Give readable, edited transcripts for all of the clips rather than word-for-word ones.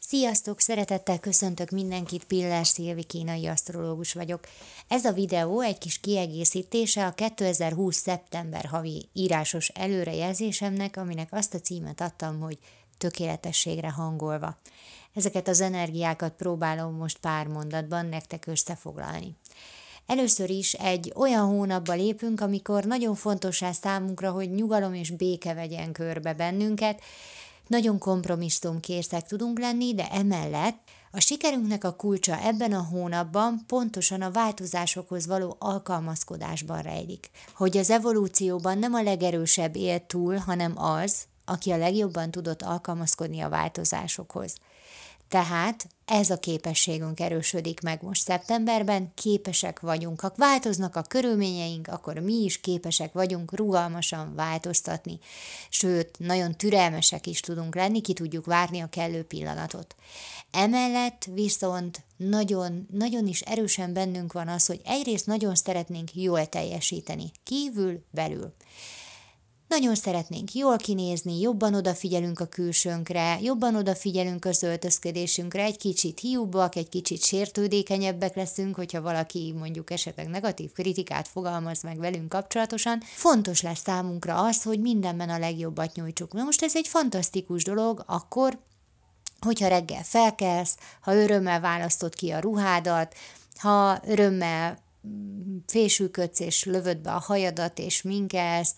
Sziasztok! Szeretettel köszöntök mindenkit, Pillás Szilvi kínai asztrológus vagyok. Ez a videó egy kis kiegészítése a 2020. szeptember havi írásos előrejelzésemnek, aminek azt a címet adtam, hogy tökéletességre hangolva. Ezeket az energiákat próbálom most pár mondatban nektek összefoglalni. Először is egy olyan hónapba lépünk, amikor nagyon fontossá számunkra, hogy nyugalom és béke vegyen körbe bennünket. Nagyon kompromisszumkészek tudunk lenni, de emellett a sikerünknek a kulcsa ebben a hónapban pontosan a változásokhoz való alkalmazkodásban rejlik. Hogy az evolúcióban nem a legerősebb élt túl, hanem az, aki a legjobban tudott alkalmazkodni a változásokhoz. Tehát ez a képességünk erősödik meg most szeptemberben, képesek vagyunk. Ha változnak a körülményeink, akkor mi is képesek vagyunk rugalmasan változtatni. Sőt, nagyon türelmesek is tudunk lenni, ki tudjuk várni a kellő pillanatot. Emellett viszont nagyon is erősen bennünk van az, hogy egyrészt nagyon szeretnénk jól teljesíteni, kívül, belül. Nagyon szeretnénk jól kinézni, jobban odafigyelünk a külsőnkre, jobban odafigyelünk az öltözködésünkre, egy kicsit hiúbbak, egy kicsit sértődékenyebbek leszünk, hogyha valaki mondjuk esetleg negatív kritikát fogalmaz meg velünk kapcsolatosan. Fontos lesz számunkra az, hogy mindenben a legjobbat nyújtsuk. Na most ez egy fantasztikus dolog, akkor, hogyha reggel felkelsz, ha örömmel választod ki a ruhádat, ha örömmel fésülködsz és lövöd be a hajadat és minkelsz,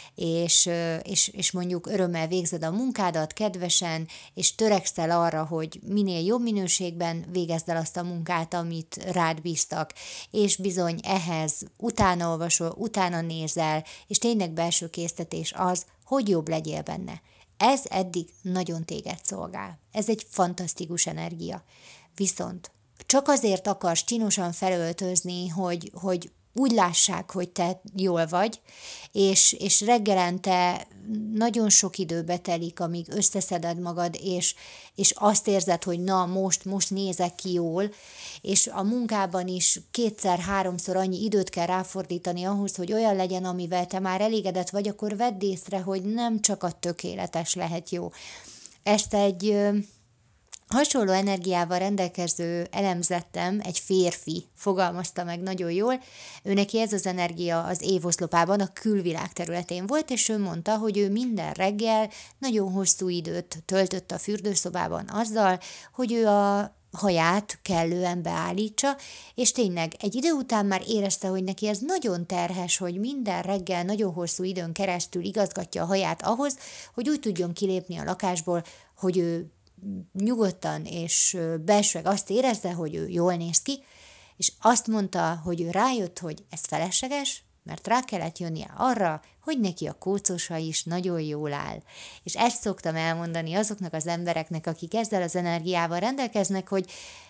és mondjuk örömmel végzed a munkádat kedvesen, és törekszel arra, hogy minél jobb minőségben végezd el azt a munkát, amit rád bíztak, és bizony ehhez utána olvasol, utána nézel, és tényleg belső késztetés az, hogy jobb legyél benne. Ez eddig nagyon téged szolgál. Ez egy fantasztikus energia. Viszont csak azért akarsz csinosan felöltözni, hogy úgy lássák, hogy te jól vagy, és reggelente nagyon sok időbe telik, amíg összeszeded magad, és azt érzed, hogy na, most nézek ki jól, és a munkában is 2-3-szor annyi időt kell ráfordítani ahhoz, hogy olyan legyen, amivel te már elégedett vagy, akkor vedd észre, hogy nem csak a tökéletes lehet jó. Ezt egy hasonló energiával rendelkező elemzettem, egy férfi fogalmazta meg nagyon jól, neki ez az energia az évoszlopában, a külvilág területén volt, és ő mondta, hogy ő minden reggel nagyon hosszú időt töltött a fürdőszobában azzal, hogy ő a haját kellően beállítsa, és tényleg egy idő után már érezte, hogy neki ez nagyon terhes, hogy minden reggel nagyon hosszú időn keresztül igazgatja a haját ahhoz, hogy úgy tudjon kilépni a lakásból, hogy ő nyugodtan és belsőleg azt érezze, hogy ő jól néz ki, és azt mondta, hogy ő rájött, hogy ez felesleges, mert rá kellett jönnie arra, hogy neki a kócosa is nagyon jól áll. És ezt szoktam elmondani azoknak az embereknek, akik ezzel az energiával rendelkeznek, hogy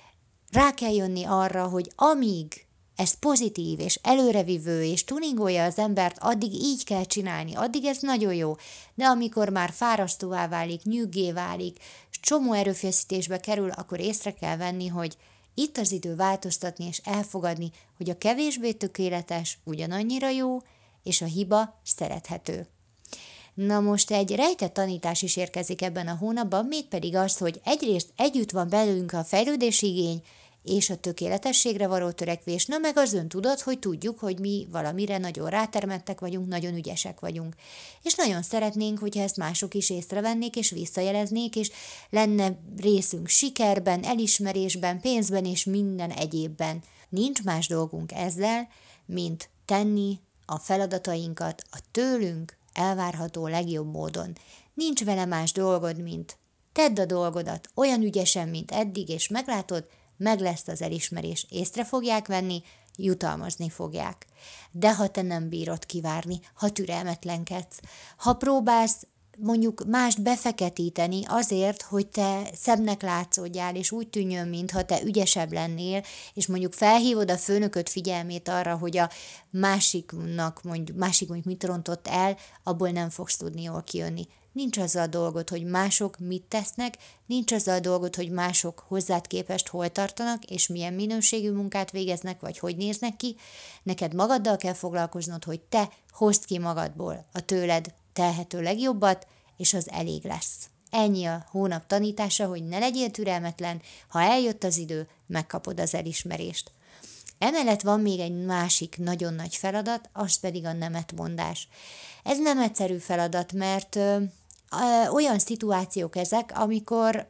rá kell jönni arra, hogy amíg ez pozitív és előrevívő és tuningolja az embert, addig így kell csinálni, addig ez nagyon jó. De amikor már fárasztóvá válik, nyüggé válik, és csomó erőfeszítésbe kerül, akkor észre kell venni, hogy itt az idő változtatni és elfogadni, hogy a kevésbé tökéletes ugyanannyira jó, és a hiba szerethető. Na most egy rejtett tanítás is érkezik ebben a hónapban, mégpedig az, hogy egyrészt együtt van belőlünk a fejlődési igény, és a tökéletességre való törekvés, na meg az öntudat, hogy tudjuk, hogy mi valamire nagyon rátermettek vagyunk, nagyon ügyesek vagyunk. És nagyon szeretnénk, hogyha ezt mások is észrevennék, és visszajeleznék, és lenne részünk sikerben, elismerésben, pénzben és minden egyébben. Nincs más dolgunk ezzel, mint tenni a feladatainkat a tőlünk elvárható legjobb módon. Nincs vele más dolgod, mint tedd a dolgodat olyan ügyesen, mint eddig, és meglátod, meg lesz az elismerés, észre fogják venni, jutalmazni fogják. De ha te nem bírod kivárni, ha türelmetlenkedsz, ha próbálsz mondjuk mást befeketíteni azért, hogy te szebbnek látszódjál, és úgy tűnjön, mintha te ügyesebb lennél, és mondjuk felhívod a főnököd figyelmét arra, hogy a másik mondjuk mit rontott el, abból nem fogsz tudni jól kijönni. Nincs azzal a dolgod, hogy mások mit tesznek, nincs azzal a dolgod, hogy mások hozzád képest hol tartanak, és milyen minőségű munkát végeznek, vagy hogy néznek ki. Neked magaddal kell foglalkoznod, hogy te hozd ki magadból a tőled telhető legjobbat, és az elég lesz. Ennyi a hónap tanítása, hogy ne legyél türelmetlen, ha eljött az idő, megkapod az elismerést. Emellett van még egy másik nagyon nagy feladat, az pedig a nemetmondás. Ez nem egyszerű feladat, mert olyan szituációk ezek, amikor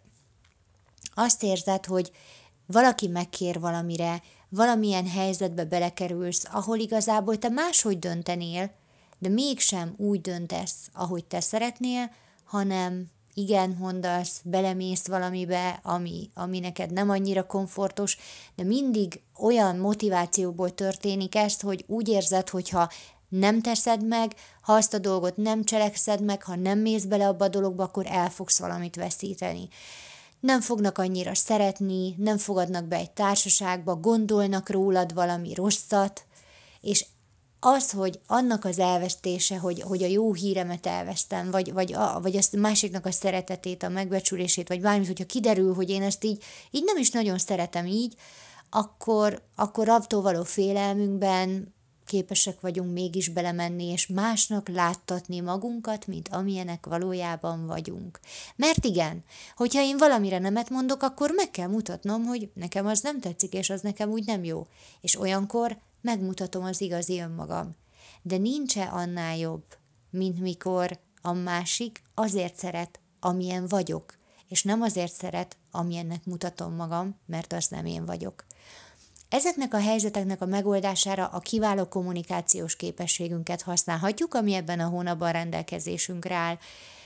azt érzed, hogy valaki megkér valamire, valamilyen helyzetbe belekerülsz, ahol igazából te máshogy döntenél, de mégsem úgy döntesz, ahogy te szeretnél, hanem igen mondasz, belemész valamibe, ami neked nem annyira komfortos, de mindig olyan motivációból történik ezt, hogy úgy érzed, hogyha nem teszed meg, ha azt a dolgot nem cselekszed meg, ha nem mész bele abba a dologba, akkor el fogsz valamit veszíteni. Nem fognak annyira szeretni, nem fogadnak be egy társaságba, gondolnak rólad valami rosszat, és az, hogy annak az elvesztése, hogy a jó híremet elvesztem, vagy a másiknak a szeretetét, a megbecsülését, vagy bármit, hogyha kiderül, hogy én ezt így nem is nagyon szeretem így, akkor attól való félelmünkben képesek vagyunk mégis belemenni, és másnak láttatni magunkat, mint amilyenek valójában vagyunk. Mert igen, hogyha én valamire nemet mondok, akkor meg kell mutatnom, hogy nekem az nem tetszik, és az nekem úgy nem jó. És olyankor megmutatom az igazi önmagam. De nincs-e annál jobb, mint mikor a másik azért szeret, amilyen vagyok, és nem azért szeret, amilyennek mutatom magam, mert az nem én vagyok. Ezeknek a helyzeteknek a megoldására a kiváló kommunikációs képességünket használhatjuk, ami ebben a hónapban rendelkezésünkre áll.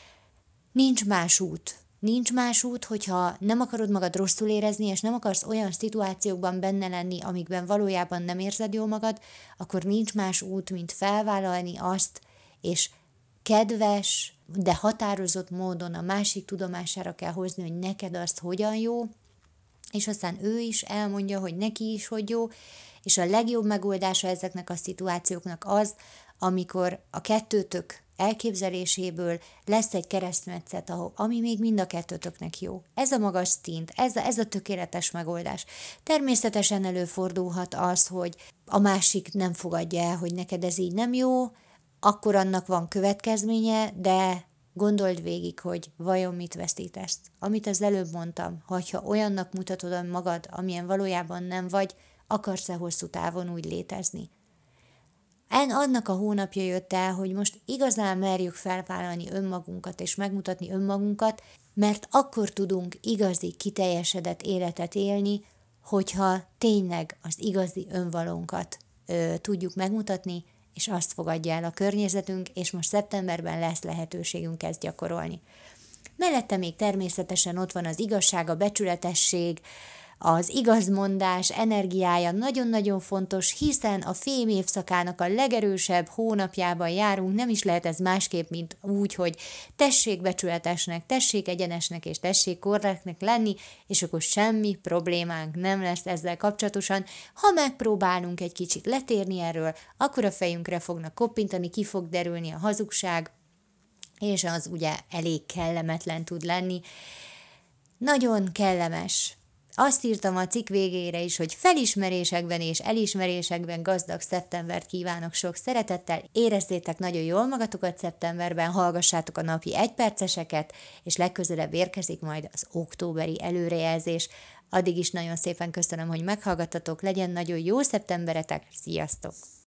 Nincs más út. Nincs más út, hogyha nem akarod magad rosszul érezni, és nem akarsz olyan szituációkban benne lenni, amikben valójában nem érzed jól magad, akkor nincs más út, mint felvállalni azt, és kedves, de határozott módon a másik tudomására kell hozni, hogy neked azt hogyan jó, és aztán ő is elmondja, hogy neki is hogy jó, és a legjobb megoldása ezeknek a szituációknak az, amikor a kettőtök elképzeléséből lesz egy keresztmetszet, ami még mind a kettőtöknek jó. Ez a magas szint, ez a tökéletes megoldás. Természetesen előfordulhat az, hogy a másik nem fogadja el, hogy neked ez így nem jó, akkor annak van következménye, de gondold végig, hogy vajon mit veszítesz. Amit az előbb mondtam, hogyha olyannak mutatod magad, amilyen valójában nem vagy, akarsz-e hosszú távon úgy létezni. Annak a hónapja jött el, hogy most igazán merjük felvállalni önmagunkat és megmutatni önmagunkat, mert akkor tudunk igazi, kiteljesedett életet élni, hogyha tényleg az igazi önvalónkat tudjuk megmutatni, és azt fogadja el a környezetünk, és most szeptemberben lesz lehetőségünk ezt gyakorolni. Mellette még természetesen ott van az igazság, a becsületesség, az igazmondás energiája nagyon-nagyon fontos, hiszen a fém évszakának a legerősebb hónapjában járunk, nem is lehet ez másképp, mint úgy, hogy tessék becsületesnek, tessék egyenesnek és tessék korrektnek lenni, és akkor semmi problémánk nem lesz ezzel kapcsolatosan. Ha megpróbálunk egy kicsit letérni erről, akkor a fejünkre fognak koppintani, ki fog derülni a hazugság, és az ugye elég kellemetlen tud lenni. Nagyon kellemes. Azt írtam a cikk végére is, hogy felismerésekben és elismerésekben gazdag szeptembert kívánok sok szeretettel, érezzétek nagyon jól magatokat szeptemberben, hallgassátok a napi egyperceseket, és legközelebb érkezik majd az októberi előrejelzés. Addig is nagyon szépen köszönöm, hogy meghallgattatok, legyen nagyon jó szeptemberetek, sziasztok!